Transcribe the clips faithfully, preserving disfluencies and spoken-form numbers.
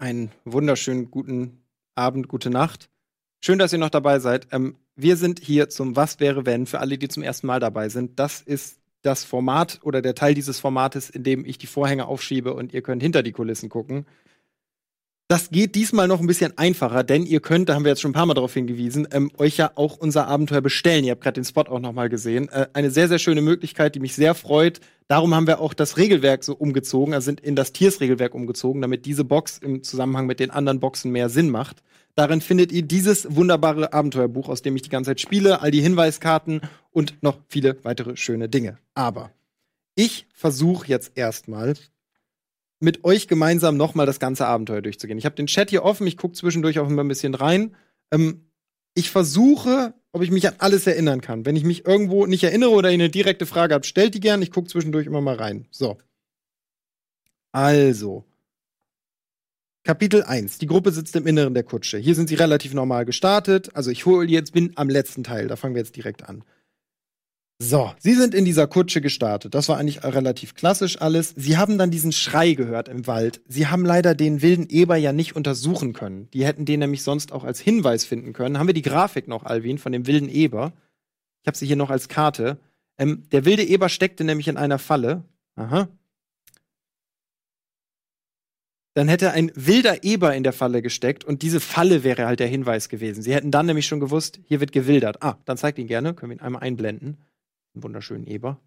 Einen wunderschönen guten Abend, gute Nacht. Schön, dass ihr noch dabei seid. Ähm, wir sind hier zum Was wäre wenn, für alle, die zum ersten Mal dabei sind. Das ist das Format oder der Teil dieses Formates, in dem ich die Vorhänge aufschiebe und ihr könnt hinter die Kulissen gucken. Das geht diesmal noch ein bisschen einfacher, denn ihr könnt, da haben wir jetzt schon ein paar Mal darauf hingewiesen, ähm, euch ja auch unser Abenteuer bestellen. Ihr habt gerade den Spot auch noch mal gesehen. Äh, eine sehr, sehr schöne Möglichkeit, die mich sehr freut. Darum haben wir auch das Regelwerk so umgezogen, also sind in das Tiers-Regelwerk umgezogen, damit diese Box im Zusammenhang mit den anderen Boxen mehr Sinn macht. Darin findet ihr dieses wunderbare Abenteuerbuch, aus dem ich die ganze Zeit spiele, all die Hinweiskarten und noch viele weitere schöne Dinge. Aber ich versuche jetzt erstmal mit euch gemeinsam noch mal das ganze Abenteuer durchzugehen. Ich habe den Chat hier offen, ich gucke zwischendurch auch immer ein bisschen rein. Ähm, ich versuche, ob ich mich an alles erinnern kann. Wenn ich mich irgendwo nicht erinnere oder ihr eine direkte Frage habt, stellt die gern. Ich gucke zwischendurch immer mal rein. So. Also. Kapitel eins. Die Gruppe sitzt im Inneren der Kutsche. Hier sind sie relativ normal gestartet. Also ich hole jetzt, bin am letzten Teil. Da fangen wir jetzt direkt an. So, sie sind in dieser Kutsche gestartet. Das war eigentlich relativ klassisch alles. Sie haben dann diesen Schrei gehört im Wald. Sie haben leider den wilden Eber ja nicht untersuchen können. Die hätten den nämlich sonst auch als Hinweis finden können. Haben wir die Grafik noch, Alvin, von dem wilden Eber? Ich habe sie hier noch als Karte. Ähm, der wilde Eber steckte nämlich in einer Falle. Aha. Dann hätte ein wilder Eber in der Falle gesteckt und diese Falle wäre halt der Hinweis gewesen. Sie hätten dann nämlich schon gewusst, hier wird gewildert. Ah, dann zeigt ihn gerne. Können wir ihn einmal einblenden. Einen wunderschönen Eber.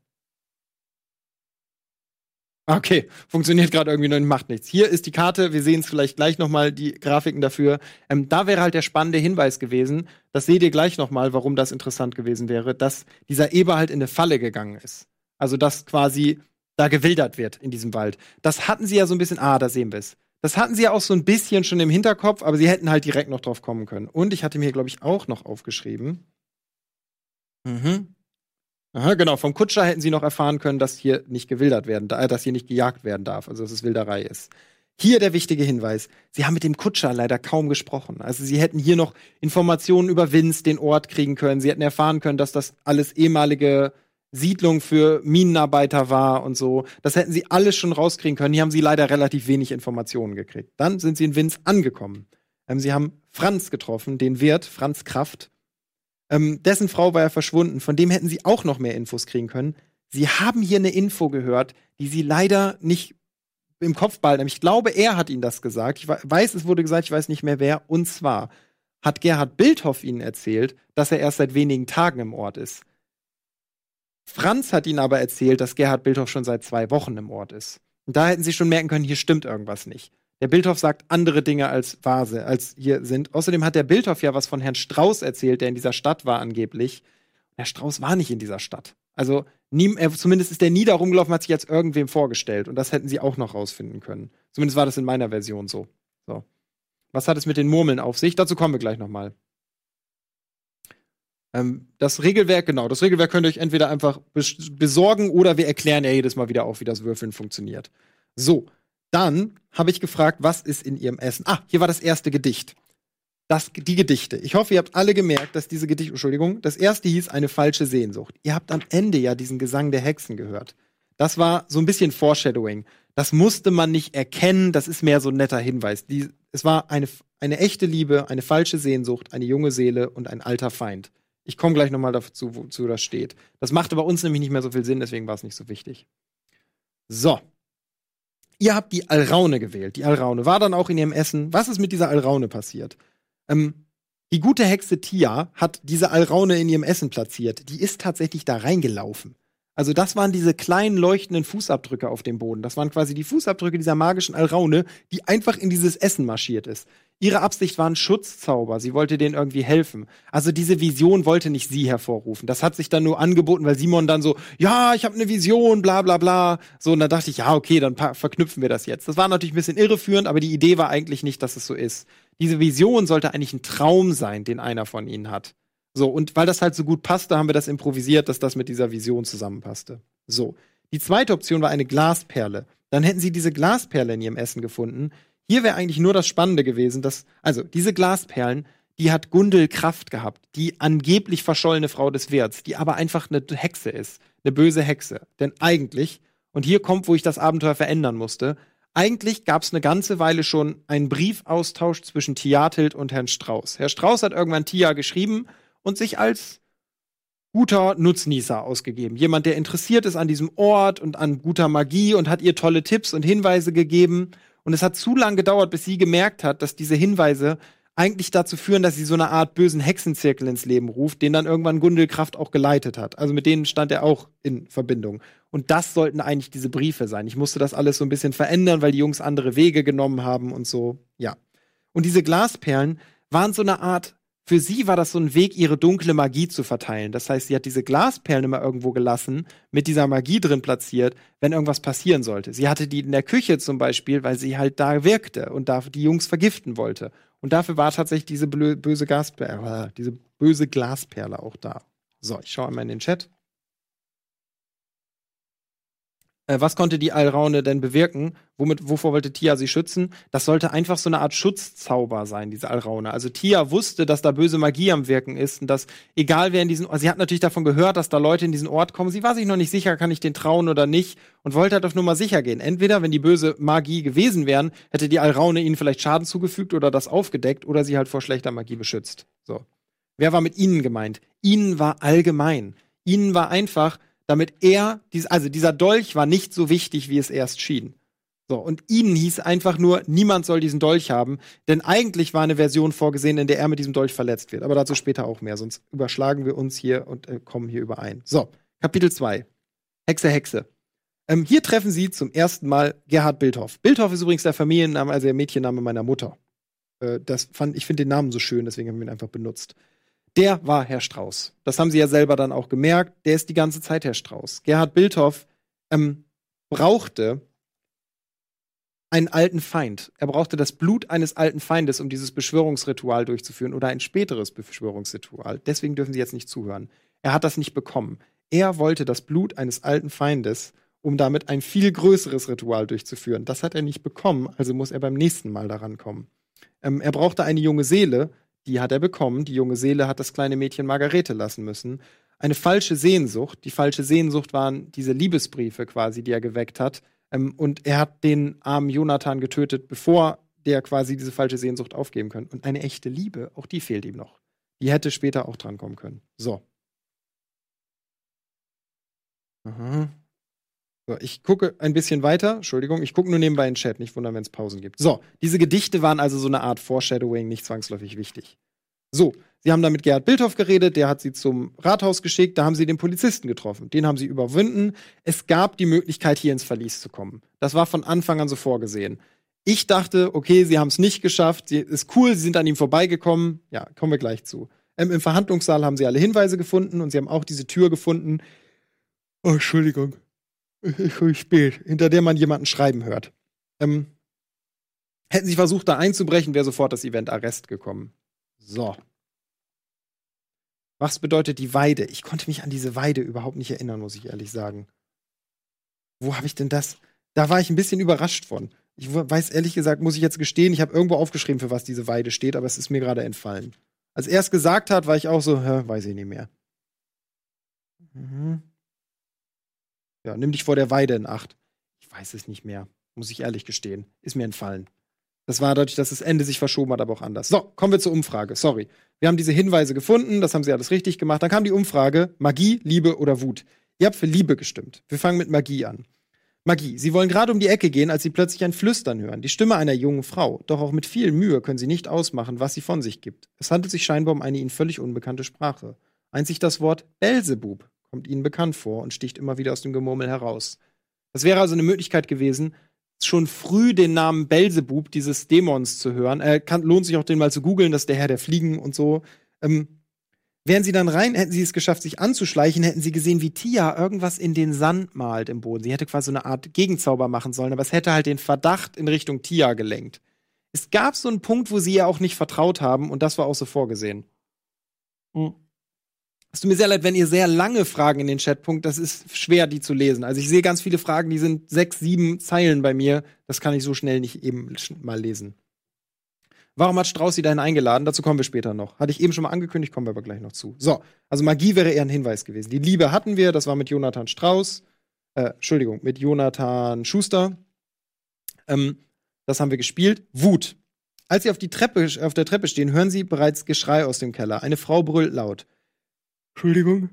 Okay, funktioniert gerade irgendwie noch, macht nichts. Hier ist die Karte, wir sehen es vielleicht gleich noch mal, die Grafiken dafür. Ähm, da wäre halt der spannende Hinweis gewesen, das seht ihr gleich noch mal, warum das interessant gewesen wäre, dass dieser Eber halt in eine Falle gegangen ist. Also, dass quasi da gewildert wird in diesem Wald. Das hatten sie ja so ein bisschen, ah, da sehen wir es. Das hatten sie ja auch so ein bisschen schon im Hinterkopf, aber sie hätten halt direkt noch drauf kommen können. Und ich hatte mir, glaube ich, auch noch aufgeschrieben. Mhm. Aha, genau. Vom Kutscher hätten sie noch erfahren können, dass hier nicht gewildert werden, äh, dass hier nicht gejagt werden darf, also dass es Wilderei ist. Hier der wichtige Hinweis. Sie haben mit dem Kutscher leider kaum gesprochen. Also sie hätten hier noch Informationen über Vince, den Ort, kriegen können. Sie hätten erfahren können, dass das alles ehemalige Siedlung für Minenarbeiter war und so. Das hätten sie alles schon rauskriegen können. Hier haben sie leider relativ wenig Informationen gekriegt. Dann sind sie in Vince angekommen. Ähm, sie haben Franz getroffen, den Wirt, Franz Kraft. Ähm, dessen Frau war ja verschwunden. Von dem hätten sie auch noch mehr Infos kriegen können. Sie haben hier eine Info gehört, die sie leider nicht im Kopf behalten haben. Ich glaube, er hat ihnen das gesagt. Ich weiß, es wurde gesagt, ich weiß nicht mehr wer. Und zwar hat Gerhard Bildhoff ihnen erzählt, dass er erst seit wenigen Tagen im Ort ist. Franz hat ihnen aber erzählt, dass Gerhard Bildhoff schon seit zwei Wochen im Ort ist. Und da hätten sie schon merken können, hier stimmt irgendwas nicht. Der Bildhoff sagt andere Dinge als Vase, als hier sind. Außerdem hat der Bildhoff ja was von Herrn Strauß erzählt, der in dieser Stadt war angeblich. Herr Strauß war nicht in dieser Stadt. Also nie, er, zumindest ist der nie da rumgelaufen, hat sich als irgendwem vorgestellt. Und das hätten sie auch noch rausfinden können. Zumindest war das in meiner Version so. So. Was hat es mit den Murmeln auf sich? Dazu kommen wir gleich noch mal. Ähm, das Regelwerk, genau, das Regelwerk könnt ihr euch entweder einfach bes- besorgen oder wir erklären ja jedes Mal wieder auch, wie das Würfeln funktioniert. So. Dann habe ich gefragt, was ist in ihrem Essen? Ah, hier war das erste Gedicht. Das, die Gedichte. Ich hoffe, ihr habt alle gemerkt, dass diese Gedichte, Entschuldigung, das erste hieß eine falsche Sehnsucht. Ihr habt am Ende ja diesen Gesang der Hexen gehört. Das war so ein bisschen Foreshadowing. Das musste man nicht erkennen, das ist mehr so ein netter Hinweis. Die, es war eine, eine echte Liebe, eine falsche Sehnsucht, eine junge Seele und ein alter Feind. Ich komme gleich noch mal dazu, wozu das steht. Das machte bei uns nämlich nicht mehr so viel Sinn, deswegen war es nicht so wichtig. So. Ihr habt die Alraune gewählt. Die Alraune war dann auch in ihrem Essen. Was ist mit dieser Alraune passiert? Ähm, die gute Hexe Tia hat diese Alraune in ihrem Essen platziert. Die ist tatsächlich da reingelaufen. Also das waren diese kleinen leuchtenden Fußabdrücke auf dem Boden. Das waren quasi die Fußabdrücke dieser magischen Alraune, die einfach in dieses Essen marschiert ist. Ihre Absicht war ein Schutzzauber. Sie wollte denen irgendwie helfen. Also diese Vision wollte nicht sie hervorrufen. Das hat sich dann nur angeboten, weil Simon dann so, ja, ich habe eine Vision, bla bla bla. So, und dann dachte ich, ja, okay, dann verknüpfen wir das jetzt. Das war natürlich ein bisschen irreführend, aber die Idee war eigentlich nicht, dass es so ist. Diese Vision sollte eigentlich ein Traum sein, den einer von ihnen hat. So, und weil das halt so gut passte, haben wir das improvisiert, dass das mit dieser Vision zusammenpasste. So. Die zweite Option war eine Glasperle. Dann hätten sie diese Glasperle in ihrem Essen gefunden. Hier wäre eigentlich nur das Spannende gewesen, dass, also, diese Glasperlen, die hat Gundel Kraft gehabt, die angeblich verschollene Frau des Wirts, die aber einfach eine Hexe ist. Eine böse Hexe. Denn eigentlich, und hier kommt, wo ich das Abenteuer verändern musste, Eigentlich gab es eine ganze Weile schon einen Briefaustausch zwischen Theatild und Herrn Strauß. Herr Strauß hat irgendwann Tia geschrieben und sich als guter Nutznießer ausgegeben. Jemand, der interessiert ist an diesem Ort und an guter Magie und hat ihr tolle Tipps und Hinweise gegeben. Und es hat zu lange gedauert, bis sie gemerkt hat, dass diese Hinweise eigentlich dazu führen, dass sie so eine Art bösen Hexenzirkel ins Leben ruft, den dann irgendwann Gundelkraft auch geleitet hat. Also mit denen stand er auch in Verbindung. Und das sollten eigentlich diese Briefe sein. Ich musste das alles so ein bisschen verändern, weil die Jungs andere Wege genommen haben und so. Ja. Und diese Glasperlen waren so eine Art, für sie war das so ein Weg, ihre dunkle Magie zu verteilen. Das heißt, sie hat diese Glasperlen immer irgendwo gelassen, mit dieser Magie drin platziert, wenn irgendwas passieren sollte. Sie hatte die in der Küche zum Beispiel, weil sie halt da wirkte und da die Jungs vergiften wollte. Und dafür war tatsächlich diese böse Gasperle, äh, diese böse Glasperle auch da. So, ich schaue einmal in den Chat. Äh, was konnte die Alraune denn bewirken? Womit, wovor wollte Tia sie schützen? Das sollte einfach so eine Art Schutzzauber sein, diese Alraune. Also Tia wusste, dass da böse Magie am Wirken ist und dass, egal wer in diesen, also sie hat natürlich davon gehört, dass da Leute in diesen Ort kommen. Sie war sich noch nicht sicher, kann ich den trauen oder nicht, und wollte halt auf Nummer sicher gehen. Entweder, wenn die böse Magie gewesen wären, hätte die Alraune ihnen vielleicht Schaden zugefügt oder das aufgedeckt oder sie halt vor schlechter Magie beschützt. So. Wer war mit ihnen gemeint? Ihnen war allgemein. Ihnen war einfach, damit er, also dieser Dolch war nicht so wichtig, wie es erst schien. So, und ihnen hieß einfach nur, niemand soll diesen Dolch haben, denn eigentlich war eine Version vorgesehen, in der er mit diesem Dolch verletzt wird. Aber dazu später auch mehr, sonst überschlagen wir uns hier und äh, kommen hier überein. So, Kapitel zwei. Hexe, Hexe. Ähm, hier treffen sie zum ersten Mal Gerhard Bildhoff. Bildhoff ist übrigens der Familienname, also der Mädchenname meiner Mutter. Äh, das fand, ich finde den Namen so schön, deswegen haben wir ihn einfach benutzt. Der war Herr Strauß. Das haben sie ja selber dann auch gemerkt. Der ist die ganze Zeit Herr Strauß. Gerhard Bildhoff ähm, brauchte einen alten Feind. Er brauchte das Blut eines alten Feindes, um dieses Beschwörungsritual durchzuführen oder ein späteres Beschwörungsritual. Deswegen dürfen Sie jetzt nicht zuhören. Er hat das nicht bekommen. Er wollte das Blut eines alten Feindes, um damit ein viel größeres Ritual durchzuführen. Das hat er nicht bekommen, also muss er beim nächsten Mal daran kommen. Ähm, er brauchte eine junge Seele, die hat er bekommen. Die junge Seele hat das kleine Mädchen Margarete lassen müssen. Eine falsche Sehnsucht. Die falsche Sehnsucht waren diese Liebesbriefe quasi, die er geweckt hat. Ähm, und er hat den armen Jonathan getötet, bevor der quasi diese falsche Sehnsucht aufgeben kann. Und eine echte Liebe, auch die fehlt ihm noch. Die hätte später auch drankommen können. So. Aha. So, ich gucke ein bisschen weiter. Entschuldigung, ich gucke nur nebenbei in den Chat. Nicht wundern, wenn es Pausen gibt. So, diese Gedichte waren also so eine Art Foreshadowing, nicht zwangsläufig wichtig. So, sie haben dann mit Gerhard Bildhoff geredet, der hat sie zum Rathaus geschickt, da haben sie den Polizisten getroffen. Den haben sie überwunden. Es gab die Möglichkeit, hier ins Verlies zu kommen. Das war von Anfang an so vorgesehen. Ich dachte, okay, sie haben es nicht geschafft, sie, ist cool, sie sind an ihm vorbeigekommen. Ja, kommen wir gleich zu. Ähm, Im Verhandlungssaal haben sie alle Hinweise gefunden und sie haben auch diese Tür gefunden. Oh, Entschuldigung. Ich bin spät, hinter der man jemanden schreiben hört. Ähm, hätten sie versucht, da einzubrechen, wäre sofort das Event Arrest gekommen. So. Was bedeutet die Weide? Ich konnte mich an diese Weide überhaupt nicht erinnern, muss ich ehrlich sagen. Wo habe ich denn das? Da war ich ein bisschen überrascht von. Ich weiß ehrlich gesagt, muss ich jetzt gestehen, ich habe irgendwo aufgeschrieben, für was diese Weide steht, aber es ist mir gerade entfallen. Als er es gesagt hat, war ich auch so, hä, weiß ich nicht mehr. Mhm. Ja, nimm dich vor der Weide in Acht. Ich weiß es nicht mehr, muss ich ehrlich gestehen. Ist mir entfallen. Das war dadurch, dass das Ende sich verschoben hat, aber auch anders. So, kommen wir zur Umfrage. Sorry. Wir haben diese Hinweise gefunden, das haben sie alles richtig gemacht. Dann kam die Umfrage, Magie, Liebe oder Wut. Ihr habt für Liebe gestimmt. Wir fangen mit Magie an. Magie. Sie wollen gerade um die Ecke gehen, als sie plötzlich ein Flüstern hören. Die Stimme einer jungen Frau. Doch auch mit viel Mühe können sie nicht ausmachen, was sie von sich gibt. Es handelt sich scheinbar um eine ihnen völlig unbekannte Sprache. Einzig das Wort Belzebub kommt ihnen bekannt vor und sticht immer wieder aus dem Gemurmel heraus. Das wäre also eine Möglichkeit gewesen, schon früh den Namen Belzebub, dieses Dämons, zu hören. Äh, kann, lohnt sich auch, den mal zu googeln, das ist der Herr der Fliegen und so. Ähm, wären sie dann rein, hätten sie es geschafft, sich anzuschleichen, hätten sie gesehen, wie Tia irgendwas in den Sand malt im Boden. Sie hätte quasi so eine Art Gegenzauber machen sollen, aber es hätte halt den Verdacht in Richtung Tia gelenkt. Es gab so einen Punkt, wo sie ihr auch nicht vertraut haben, und das war auch so vorgesehen. Mhm. Es tut mir sehr leid, wenn ihr sehr lange Fragen in den Chatpunkt, das ist schwer, die zu lesen. Also ich sehe ganz viele Fragen, die sind sechs, sieben Zeilen bei mir. Das kann ich so schnell nicht eben mal lesen. Warum hat Strauß sie dahin eingeladen? Dazu kommen wir später noch. Hatte ich eben schon mal angekündigt, kommen wir aber gleich noch zu. So, also Magie wäre eher ein Hinweis gewesen. Die Liebe hatten wir, das war mit Jonathan Strauß. Äh, Entschuldigung, mit Jonathan Schuster. Ähm, das haben wir gespielt. Wut. Als sie auf, die Treppe, auf der Treppe stehen, hören sie bereits Geschrei aus dem Keller. Eine Frau brüllt laut. Entschuldigung.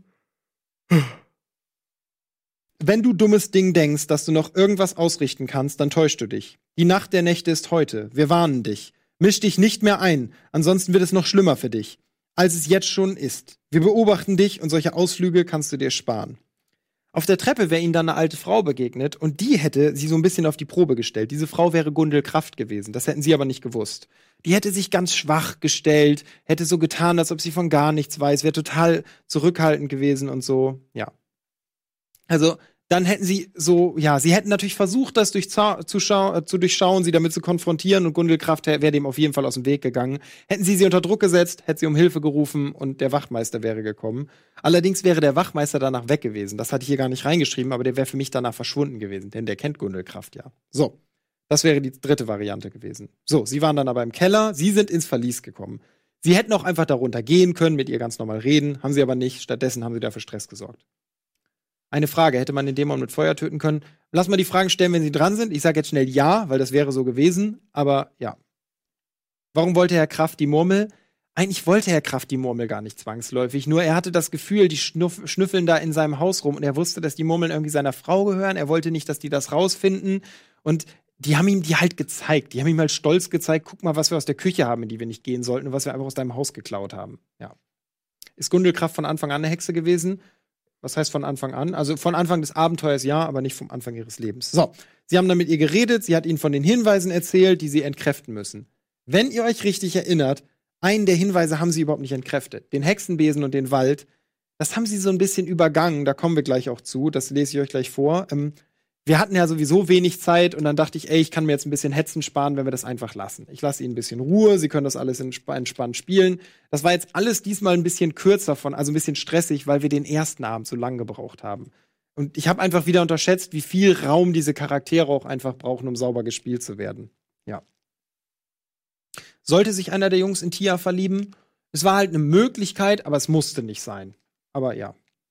Wenn du dummes Ding denkst, dass du noch irgendwas ausrichten kannst, dann täuschst du dich. Die Nacht der Nächte ist heute. Wir warnen dich. Misch dich nicht mehr ein, ansonsten wird es noch schlimmer für dich, als es jetzt schon ist. Wir beobachten dich und solche Ausflüge kannst du dir sparen. Auf der Treppe wäre ihnen dann eine alte Frau begegnet und die hätte sie so ein bisschen auf die Probe gestellt. Diese Frau wäre Gundel Kraft gewesen, das hätten sie aber nicht gewusst. Die hätte sich ganz schwach gestellt, hätte so getan, als ob sie von gar nichts weiß, wäre total zurückhaltend gewesen und so, ja. Also, dann hätten sie so, ja, sie hätten natürlich versucht, das durch zu, schau, zu durchschauen, sie damit zu konfrontieren und Gundel Kraft wäre dem auf jeden Fall aus dem Weg gegangen. Hätten sie sie unter Druck gesetzt, hätte sie um Hilfe gerufen und der Wachtmeister wäre gekommen. Allerdings wäre der Wachtmeister danach weg gewesen. Das hatte ich hier gar nicht reingeschrieben, aber der wäre für mich danach verschwunden gewesen, denn der kennt Gundel Kraft ja. So, das wäre die dritte Variante gewesen. So, sie waren dann aber im Keller, sie sind ins Verlies gekommen. Sie hätten auch einfach darunter gehen können, mit ihr ganz normal reden, haben sie aber nicht. Stattdessen haben sie dafür Stress gesorgt. Eine Frage, hätte man den Dämon mit Feuer töten können? Lass mal die Fragen stellen, wenn sie dran sind. Ich sage jetzt schnell ja, weil das wäre so gewesen, aber ja. Warum wollte Herr Kraft die Murmel? Eigentlich wollte Herr Kraft die Murmel gar nicht zwangsläufig, nur er hatte das Gefühl, die schnuff- schnüffeln da in seinem Haus rum und er wusste, dass die Murmeln irgendwie seiner Frau gehören. Er wollte nicht, dass die das rausfinden und die haben ihm die halt gezeigt. Die haben ihm halt stolz gezeigt, guck mal, was wir aus der Küche haben, in die wir nicht gehen sollten und was wir einfach aus deinem Haus geklaut haben. Ja. Ist Gundel Kraft von Anfang an eine Hexe gewesen? Was heißt von Anfang an? Also von Anfang des Abenteuers ja, aber nicht vom Anfang ihres Lebens. So, sie haben dann mit ihr geredet, sie hat ihnen von den Hinweisen erzählt, die sie entkräften müssen. Wenn ihr euch richtig erinnert, einen der Hinweise haben sie überhaupt nicht entkräftet. Den Hexenbesen und den Wald, das haben sie so ein bisschen übergangen, da kommen wir gleich auch zu, das lese ich euch gleich vor. Ähm, wir hatten ja sowieso wenig Zeit und dann dachte ich, ey, ich kann mir jetzt ein bisschen Hetzen sparen, wenn wir das einfach lassen. Ich lasse ihnen ein bisschen Ruhe, sie können das alles entspannt spielen. Das war jetzt alles diesmal ein bisschen kürzer von, also ein bisschen stressig, weil wir den ersten Abend so lang gebraucht haben. Und ich habe einfach wieder unterschätzt, wie viel Raum diese Charaktere auch einfach brauchen, um sauber gespielt zu werden. Ja. Sollte sich einer der Jungs in Tia verlieben? Es war halt eine Möglichkeit, aber es musste nicht sein. Aber ja.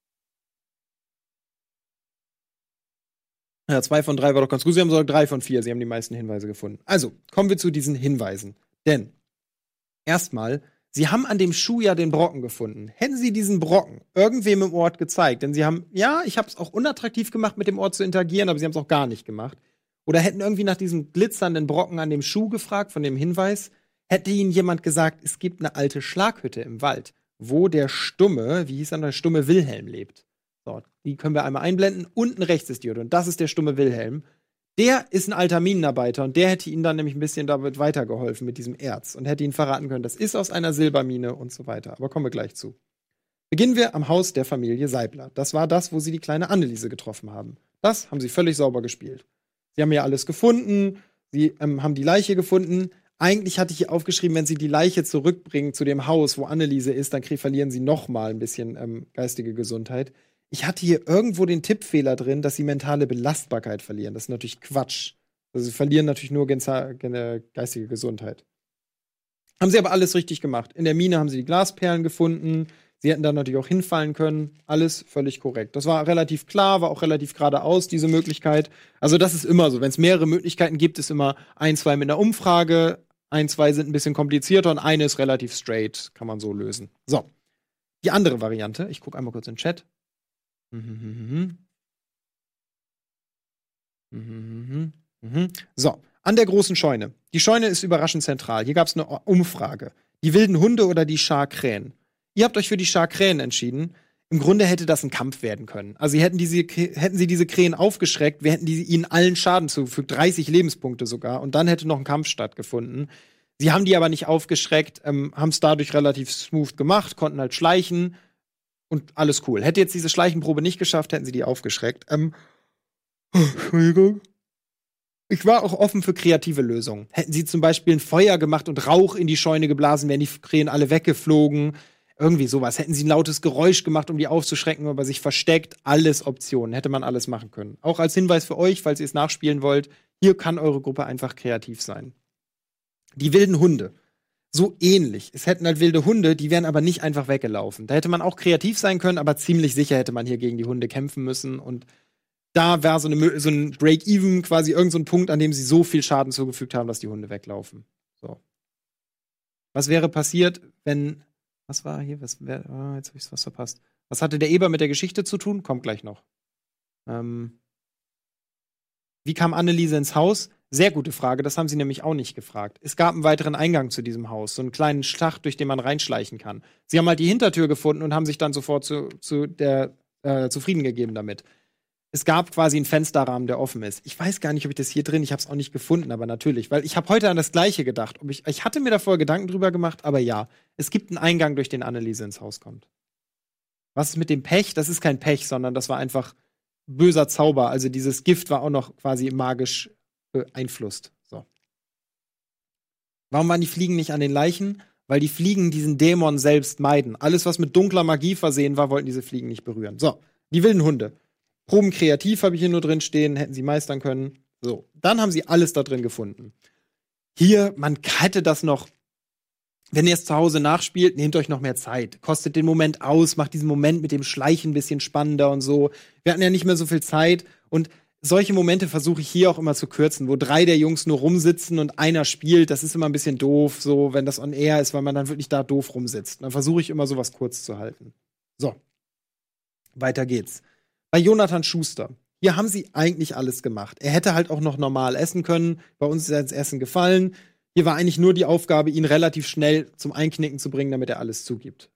Ja, zwei von drei war doch ganz gut. Sie haben sogar drei von vier. Sie haben die meisten Hinweise gefunden. Also, kommen wir zu diesen Hinweisen. Denn, erstmal, sie haben an dem Schuh ja den Brocken gefunden. Hätten sie diesen Brocken irgendwem im Ort gezeigt, denn sie haben, ja, ich habe es auch unattraktiv gemacht, mit dem Ort zu interagieren, aber sie haben es auch gar nicht gemacht. Oder hätten irgendwie nach diesem glitzernden Brocken an dem Schuh gefragt, von dem Hinweis, hätte ihnen jemand gesagt, es gibt eine alte Schlaghütte im Wald, wo der stumme, wie hieß er, der stumme Wilhelm lebt. So, die können wir einmal einblenden. Unten rechts ist die Hütte und das ist der stumme Wilhelm. Der ist ein alter Minenarbeiter und der hätte ihnen dann nämlich ein bisschen damit weitergeholfen mit diesem Erz und hätte ihnen verraten können, das ist aus einer Silbermine und so weiter. Aber kommen wir gleich zu. Beginnen wir am Haus der Familie Seibler. Das war das, wo sie die kleine Anneliese getroffen haben. Das haben sie völlig sauber gespielt. Sie haben ja alles gefunden, sie ähm, haben die Leiche gefunden. Eigentlich hatte ich hier aufgeschrieben, wenn sie die Leiche zurückbringen zu dem Haus, wo Anneliese ist, dann verlieren sie noch mal ein bisschen ähm, geistige Gesundheit. Ich hatte hier irgendwo den Tippfehler drin, dass sie mentale Belastbarkeit verlieren. Das ist natürlich Quatsch. Also sie verlieren natürlich nur geistige Gesundheit. Haben sie aber alles richtig gemacht. In der Mine haben sie die Glasperlen gefunden. Sie hätten da natürlich auch hinfallen können. Alles völlig korrekt. Das war relativ klar, war auch relativ geradeaus, diese Möglichkeit. Also das ist immer so. Wenn es mehrere Möglichkeiten gibt, ist immer ein, zwei mit einer Umfrage. Ein, zwei sind ein bisschen komplizierter und eine ist relativ straight. Kann man so lösen. So. Die andere Variante. Ich gucke einmal kurz in den Chat. Mhm. Mhm. Mhm. So, an der großen Scheune. Die Scheune ist überraschend zentral. Hier gab es eine Umfrage. Die wilden Hunde oder die Schar-Krähen? Ihr habt euch für die Schar-Krähen entschieden. Im Grunde hätte das ein Kampf werden können. Also hätten, diese, hätten sie diese Krähen aufgeschreckt, wir hätten die, ihnen allen Schaden zugefügt, dreißig Lebenspunkte sogar, und dann hätte noch ein Kampf stattgefunden. Sie haben die aber nicht aufgeschreckt, ähm, haben es dadurch relativ smooth gemacht, konnten halt schleichen. Und alles cool. Hätte jetzt diese Schleichenprobe nicht geschafft, hätten sie die aufgeschreckt. Ähm, Entschuldigung. Ich war auch offen für kreative Lösungen. Hätten sie zum Beispiel ein Feuer gemacht und Rauch in die Scheune geblasen, wären die Krähen alle weggeflogen. Irgendwie sowas. Hätten sie ein lautes Geräusch gemacht, um die aufzuschrecken, aber sich versteckt. Alles Optionen. Hätte man alles machen können. Auch als Hinweis für euch, falls ihr es nachspielen wollt, hier kann eure Gruppe einfach kreativ sein. Die wilden Hunde. So ähnlich. Es hätten halt wilde Hunde, die wären aber nicht einfach weggelaufen. Da hätte man auch kreativ sein können, aber ziemlich sicher hätte man hier gegen die Hunde kämpfen müssen. Und da war so, eine, so ein Break-Even, quasi irgendein so ein Punkt, an dem sie so viel Schaden zugefügt haben, dass die Hunde weglaufen. So. Was wäre passiert, wenn. Was war hier? Was, wer, oh, jetzt habe ich was verpasst. Was hatte der Eber mit der Geschichte zu tun? Kommt gleich noch. Ähm, wie kam Anneliese ins Haus? Sehr gute Frage, das haben sie nämlich auch nicht gefragt. Es gab einen weiteren Eingang zu diesem Haus, so einen kleinen Schacht, durch den man reinschleichen kann. Sie haben halt die Hintertür gefunden und haben sich dann sofort zu, zu der, äh, zufrieden gegeben damit. Es gab quasi einen Fensterrahmen, der offen ist. Ich weiß gar nicht, ob ich das hier drin, ich habe es auch nicht gefunden, aber natürlich, weil ich habe heute an das Gleiche gedacht. Ob ich, ich hatte mir davor Gedanken drüber gemacht, aber ja, es gibt einen Eingang, durch den Anneliese ins Haus kommt. Was ist mit dem Pech? Das ist kein Pech, sondern das war einfach böser Zauber. Also dieses Gift war auch noch quasi magisch beeinflusst. So. Warum waren die Fliegen nicht an den Leichen? Weil die Fliegen diesen Dämon selbst meiden. Alles, was mit dunkler Magie versehen war, wollten diese Fliegen nicht berühren. So, die wilden Hunde. Proben kreativ habe ich hier nur drin stehen, hätten sie meistern können. So, dann haben sie alles da drin gefunden. Hier, man hätte das noch, wenn ihr es zu Hause nachspielt, nehmt euch noch mehr Zeit. Kostet den Moment aus, macht diesen Moment mit dem Schleichen ein bisschen spannender und so. Wir hatten ja nicht mehr so viel Zeit und solche Momente versuche ich hier auch immer zu kürzen, wo drei der Jungs nur rumsitzen und einer spielt. Das ist immer ein bisschen doof, so wenn das on air ist, weil man dann wirklich da doof rumsitzt. Dann versuche ich immer sowas kurz zu halten. So, weiter geht's. Bei Jonathan Schuster. Hier haben sie eigentlich alles gemacht. Er hätte halt auch noch normal essen können. Bei uns ist er ins Essen gefallen. Hier war eigentlich nur die Aufgabe, ihn relativ schnell zum Einknicken zu bringen, damit er alles zugibt.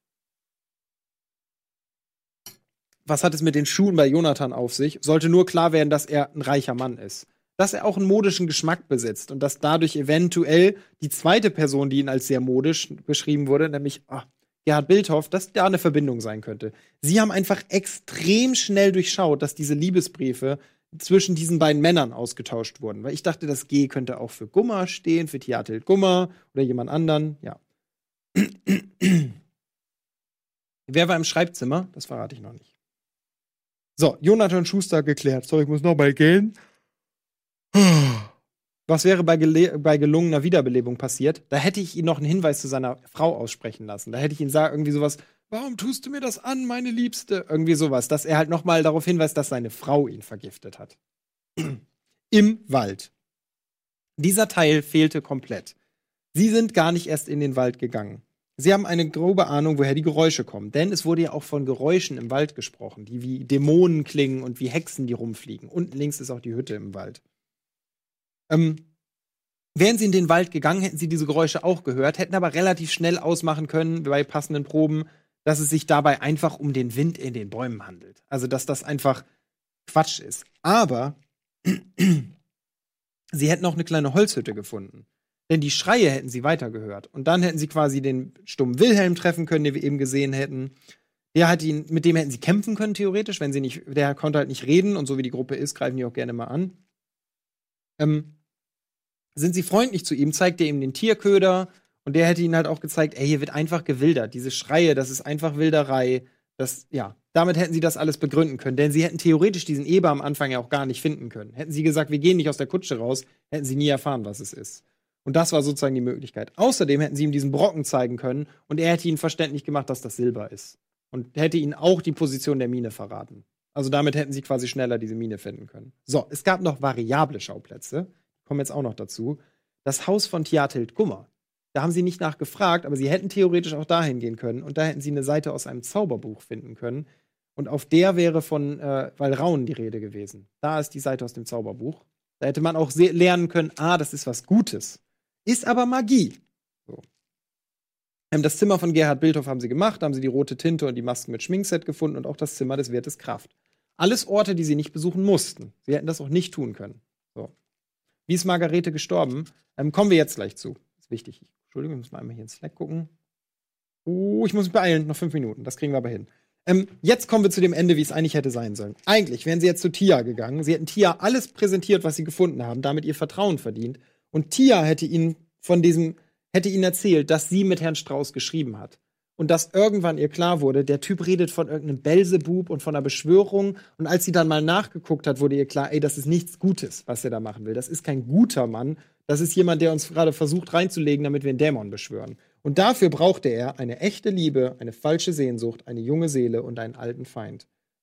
Was hat es mit den Schuhen bei Jonathan auf sich? Sollte nur klar werden, dass er ein reicher Mann ist. Dass er auch einen modischen Geschmack besitzt und dass dadurch eventuell die zweite Person, die ihn als sehr modisch beschrieben wurde, nämlich oh, Gerhard Bildhoff, dass da eine Verbindung sein könnte. Sie haben einfach extrem schnell durchschaut, dass diese Liebesbriefe zwischen diesen beiden Männern ausgetauscht wurden. Weil ich dachte, das G könnte auch für Gummer stehen, für Theatild Gummer oder jemand anderen. Ja. Wer war im Schreibzimmer? Das verrate ich noch nicht. So, Jonathan Schuster geklärt. So, ich muss noch mal gehen. Was wäre bei, bei gelungener Wiederbelebung passiert? Da hätte ich ihn noch einen Hinweis zu seiner Frau aussprechen lassen. Da hätte ich ihn sagen, irgendwie sowas, warum tust du mir das an, meine Liebste? Irgendwie sowas, dass er halt noch mal darauf hinweist, dass seine Frau ihn vergiftet hat. Im Wald. Dieser Teil fehlte komplett. Sie sind gar nicht erst in den Wald gegangen. Sie haben eine grobe Ahnung, woher die Geräusche kommen. Denn es wurde ja auch von Geräuschen im Wald gesprochen, die wie Dämonen klingen und wie Hexen, die rumfliegen. Unten links ist auch die Hütte im Wald. Ähm, wären sie in den Wald gegangen, hätten sie diese Geräusche auch gehört, hätten aber relativ schnell ausmachen können, bei passenden Proben, dass es sich dabei einfach um den Wind in den Bäumen handelt. Also, dass das einfach Quatsch ist. Aber sie hätten auch eine kleine Holzhütte gefunden. Denn die Schreie hätten sie weitergehört. Und dann hätten sie quasi den stummen Wilhelm treffen können, den wir eben gesehen hätten. Der hat ihn, mit dem hätten sie kämpfen können, theoretisch, wenn sie nicht, der konnte halt nicht reden und so wie die Gruppe ist, greifen die auch gerne mal an. Ähm, sind sie freundlich zu ihm, zeigt er ihm den Tierköder und der hätte ihnen halt auch gezeigt, ey, hier wird einfach gewildert. Diese Schreie, das ist einfach Wilderei. Das, ja, damit hätten sie das alles begründen können. Denn sie hätten theoretisch diesen Eber am Anfang ja auch gar nicht finden können. Hätten sie gesagt, wir gehen nicht aus der Kutsche raus, hätten sie nie erfahren, was es ist. Und das war sozusagen die Möglichkeit. Außerdem hätten sie ihm diesen Brocken zeigen können und er hätte ihnen verständlich gemacht, dass das Silber ist. Und hätte ihnen auch die Position der Mine verraten. Also damit hätten sie quasi schneller diese Mine finden können. So, es gab noch variable Schauplätze. Kommen jetzt auch noch dazu. Das Haus von Theatild Gummer. Da haben sie nicht nachgefragt, aber sie hätten theoretisch auch dahin gehen können. Und da hätten sie eine Seite aus einem Zauberbuch finden können. Und auf der wäre von äh, Walraun die Rede gewesen. Da ist die Seite aus dem Zauberbuch. Da hätte man auch lernen können, ah, das ist was Gutes. Ist aber Magie. So. Ähm, das Zimmer von Gerhard Bildhoff haben sie gemacht. Da haben sie die rote Tinte und die Masken mit Schminkset gefunden und auch das Zimmer des Wirtes Kraft. Alles Orte, die sie nicht besuchen mussten. Sie hätten das auch nicht tun können. So. Wie ist Margarete gestorben? Ähm, kommen wir jetzt gleich zu. Das ist wichtig. Entschuldigung, ich muss mal einmal hier ins Slack gucken. Oh, ich muss mich beeilen. Noch fünf Minuten. Das kriegen wir aber hin. Ähm, jetzt kommen wir zu dem Ende, wie es eigentlich hätte sein sollen. Eigentlich wären sie jetzt zu Tia gegangen. Sie hätten Tia alles präsentiert, was sie gefunden haben, damit ihr Vertrauen verdient. Und Tia hätte ihnen von diesem, hätte ihnen erzählt, dass sie mit Herrn Strauß geschrieben hat. Und dass irgendwann ihr klar wurde, der Typ redet von irgendeinem Belzebub und von einer Beschwörung. Und als sie dann mal nachgeguckt hat, wurde ihr klar, ey, das ist nichts Gutes, was er da machen will. Das ist kein guter Mann. Das ist jemand, der uns gerade versucht reinzulegen, damit wir einen Dämon beschwören. Und dafür brauchte er eine echte Liebe, eine falsche Sehnsucht, eine junge Seele und einen alten Feind. So.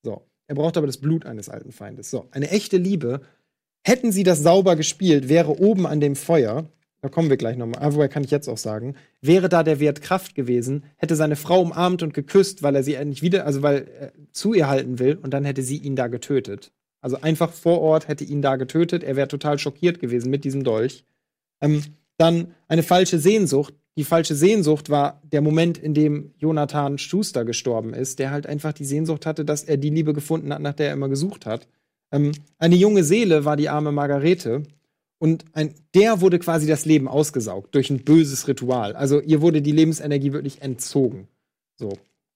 Er braucht aber das Blut eines alten Feindes. So, eine echte Liebe. Hätten sie das sauber gespielt, wäre oben an dem Feuer, da kommen wir gleich nochmal, ah, woher kann ich jetzt auch sagen, wäre da der Wert Kraft gewesen, hätte seine Frau umarmt und geküsst, weil er sie nicht wieder, also weil er zu ihr halten will, und dann hätte sie ihn da getötet. Also einfach vor Ort hätte ihn da getötet, er wäre total schockiert gewesen mit diesem Dolch. Ähm, dann eine falsche Sehnsucht. Die falsche Sehnsucht war der Moment, in dem Jonathan Schuster gestorben ist, der halt einfach die Sehnsucht hatte, dass er die Liebe gefunden hat, nach der er immer gesucht hat. Ähm, eine junge Seele war die arme Margarete. Und ein, der wurde quasi das Leben ausgesaugt durch ein böses Ritual. Also ihr wurde die Lebensenergie wirklich entzogen. So.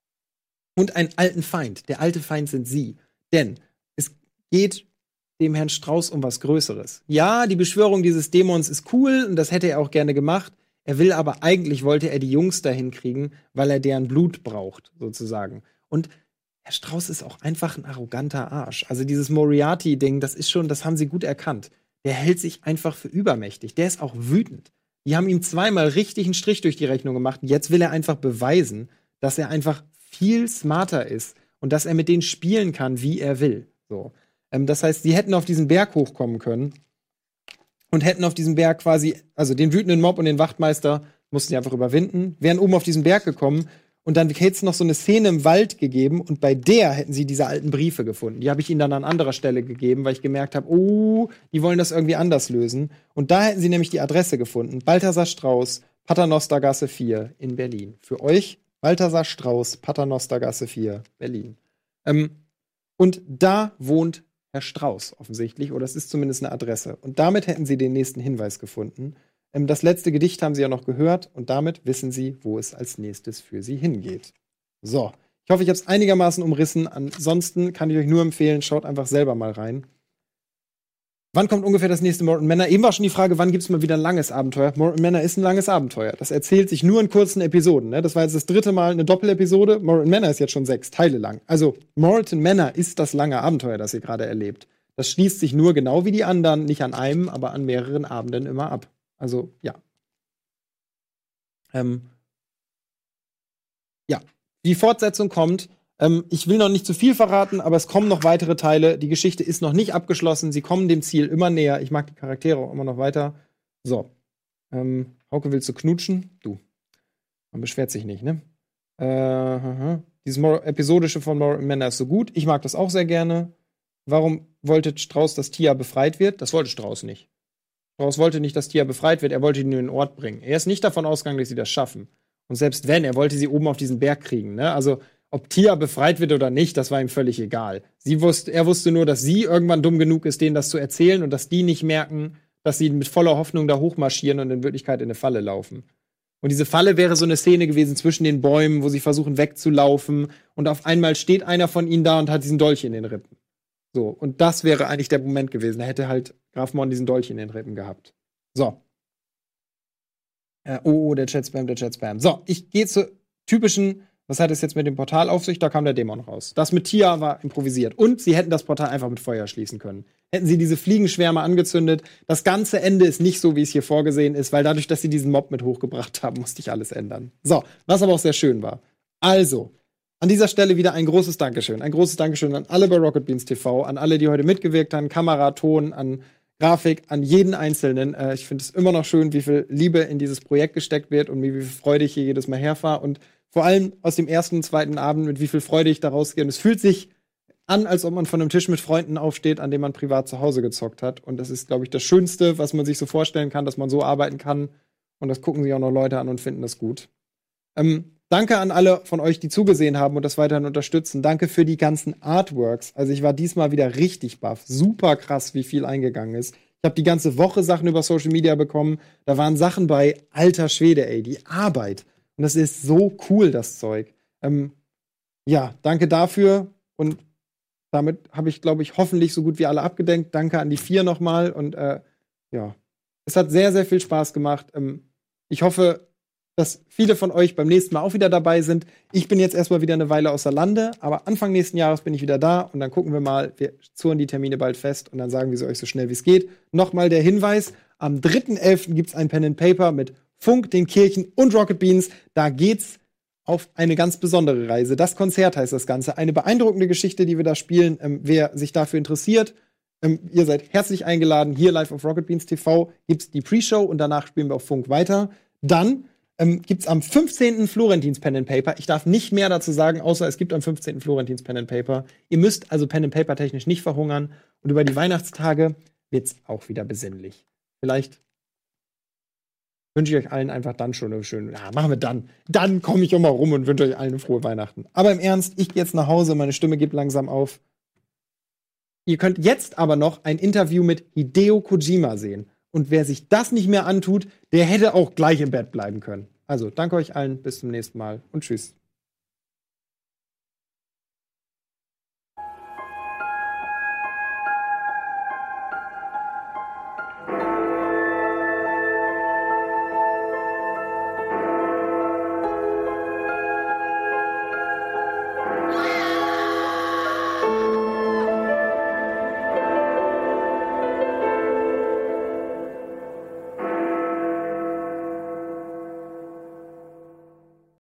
Und einen alten Feind. Der alte Feind sind sie. Denn es geht dem Herrn Strauß um was Größeres. Ja, die Beschwörung dieses Dämons ist cool und das hätte er auch gerne gemacht. Er will aber, eigentlich wollte er die Jungs dahin kriegen, weil er deren Blut braucht, sozusagen. Und Herr Strauß ist auch einfach ein arroganter Arsch. Also dieses Moriarty-Ding, das ist schon, das haben sie gut erkannt. Der hält sich einfach für übermächtig. Der ist auch wütend. Die haben ihm zweimal richtig einen Strich durch die Rechnung gemacht. Jetzt will er einfach beweisen, dass er einfach viel smarter ist und dass er mit denen spielen kann, wie er will. So. Ähm, das heißt, sie hätten auf diesen Berg hochkommen können und hätten auf diesem Berg quasi, also den wütenden Mob und den Wachtmeister mussten sie einfach überwinden, wären oben auf diesen Berg gekommen. Und dann hätte es noch so eine Szene im Wald gegeben und bei der hätten sie diese alten Briefe gefunden. Die habe ich ihnen dann an anderer Stelle gegeben, weil ich gemerkt habe, oh, die wollen das irgendwie anders lösen. Und da hätten sie nämlich die Adresse gefunden. Balthasar Strauß, Paternostergasse vier in Berlin. Für euch, Balthasar Strauß, Paternostergasse vier, Berlin. Ähm, und da wohnt Herr Strauß offensichtlich, oder es ist zumindest eine Adresse. Und damit hätten sie den nächsten Hinweis gefunden. Das letzte Gedicht haben Sie ja noch gehört und damit wissen Sie, wo es als nächstes für Sie hingeht. So, ich hoffe, ich habe es einigermaßen umrissen. Ansonsten kann ich euch nur empfehlen, schaut einfach selber mal rein. Wann kommt ungefähr das nächste Mortal Manor? Eben war schon die Frage, wann gibt es mal wieder ein langes Abenteuer? Mortal Manor ist ein langes Abenteuer. Das erzählt sich nur in kurzen Episoden. Ne? Das war jetzt das dritte Mal eine Doppelepisode. Mortal Manor ist jetzt schon sechs Teile lang. Also Mortal Manor ist das lange Abenteuer, das ihr gerade erlebt. Das schließt sich nur genau wie die anderen, nicht an einem, aber an mehreren Abenden immer ab. Also, ja. Ähm, ja, die Fortsetzung kommt. Ähm, ich will noch nicht zu viel verraten, aber es kommen noch weitere Teile. Die Geschichte ist noch nicht abgeschlossen. Sie kommen dem Ziel immer näher. Ich mag die Charaktere auch immer noch weiter. So. Ähm, Hauke, willst du knutschen? Du. Man beschwert sich nicht, ne? Äh, dieses Mor- Episodische von Mortal Manor ist so gut. Ich mag das auch sehr gerne. Warum wollte Strauß, dass Tia befreit wird? Das wollte Strauß nicht. Strauß wollte nicht, dass Tia befreit wird, er wollte die nur in den Ort bringen. Er ist nicht davon ausgegangen, dass sie das schaffen. Und selbst wenn, er wollte sie oben auf diesen Berg kriegen. Ne? Also, ob Tia befreit wird oder nicht, das war ihm völlig egal. Sie wusste, er wusste nur, dass sie irgendwann dumm genug ist, denen das zu erzählen und dass die nicht merken, dass sie mit voller Hoffnung da hochmarschieren und in Wirklichkeit in eine Falle laufen. Und diese Falle wäre so eine Szene gewesen zwischen den Bäumen, wo sie versuchen wegzulaufen und auf einmal steht einer von ihnen da und hat diesen Dolch in den Rippen. So, und das wäre eigentlich der Moment gewesen. Da hätte halt Graf Mon diesen Dolch in den Rippen gehabt. So. Äh, oh, oh, der Chat-Spam, der Chat-Spam. So, ich gehe zur typischen, was hat es jetzt mit dem Portal auf sich? Da kam der Dämon raus. Das mit Tia war improvisiert. Und sie hätten das Portal einfach mit Feuer schließen können. Hätten sie diese Fliegenschwärme angezündet. Das ganze Ende ist nicht so, wie es hier vorgesehen ist, weil dadurch, dass sie diesen Mob mit hochgebracht haben, musste ich alles ändern. So, was aber auch sehr schön war. Also, an dieser Stelle wieder ein großes Dankeschön. Ein großes Dankeschön an alle bei Rocket Beans T V, an alle, die heute mitgewirkt haben, Kamera, Ton, an Grafik, an jeden Einzelnen. Äh, ich finde es immer noch schön, wie viel Liebe in dieses Projekt gesteckt wird und wie viel Freude ich hier jedes Mal herfahre. Und vor allem aus dem ersten und zweiten Abend, mit wie viel Freude ich da rausgehe. Und es fühlt sich an, als ob man von einem Tisch mit Freunden aufsteht, an dem man privat zu Hause gezockt hat. Und das ist, glaube ich, das Schönste, was man sich so vorstellen kann, dass man so arbeiten kann. Und das gucken sich auch noch Leute an und finden das gut. Ähm, Danke an alle von euch, die zugesehen haben und das weiterhin unterstützen. Danke für die ganzen Artworks. Also ich war diesmal wieder richtig baff. Super krass, wie viel eingegangen ist. Ich habe die ganze Woche Sachen über Social Media bekommen. Da waren Sachen bei, alter Schwede, ey, die Arbeit. Und das ist so cool, das Zeug. Ähm, ja, danke dafür. Und damit habe ich, glaube ich, hoffentlich so gut wie alle abgedenkt. Danke an die vier nochmal. Und äh, ja, es hat sehr, sehr viel Spaß gemacht. Ähm, ich hoffe, dass viele von euch beim nächsten Mal auch wieder dabei sind. Ich bin jetzt erstmal wieder eine Weile außer Lande, aber Anfang nächsten Jahres bin ich wieder da und dann gucken wir mal, wir zurren die Termine bald fest und dann sagen wir sie euch so schnell wie es geht. Nochmal der Hinweis, am dritten elften gibt es ein Pen and Paper mit Funk, den Kirchen und Rocket Beans. Da geht's auf eine ganz besondere Reise. Das Konzert heißt das Ganze. Eine beeindruckende Geschichte, die wir da spielen. Ähm, wer sich dafür interessiert, ähm, ihr seid herzlich eingeladen. Hier live auf Rocket Beans T V gibt's die Pre-Show und danach spielen wir auf Funk weiter. Dann ähm, gibt's am fünfzehnten Florentins Pen and Paper. Ich darf nicht mehr dazu sagen, außer es gibt am fünfzehnten Florentins Pen and Paper. Ihr müsst also Pen and Paper technisch nicht verhungern. Und über die Weihnachtstage wird's auch wieder besinnlich. Vielleicht wünsche ich euch allen einfach dann schon eine schöne, ja, machen wir dann. Dann komme ich auch mal rum und wünsche euch allen eine frohe Weihnachten. Aber im Ernst, ich gehe jetzt nach Hause, meine Stimme gibt langsam auf. Ihr könnt jetzt aber noch ein Interview mit Hideo Kojima sehen. Und wer sich das nicht mehr antut, der hätte auch gleich im Bett bleiben können. Also, danke euch allen, bis zum nächsten Mal und tschüss.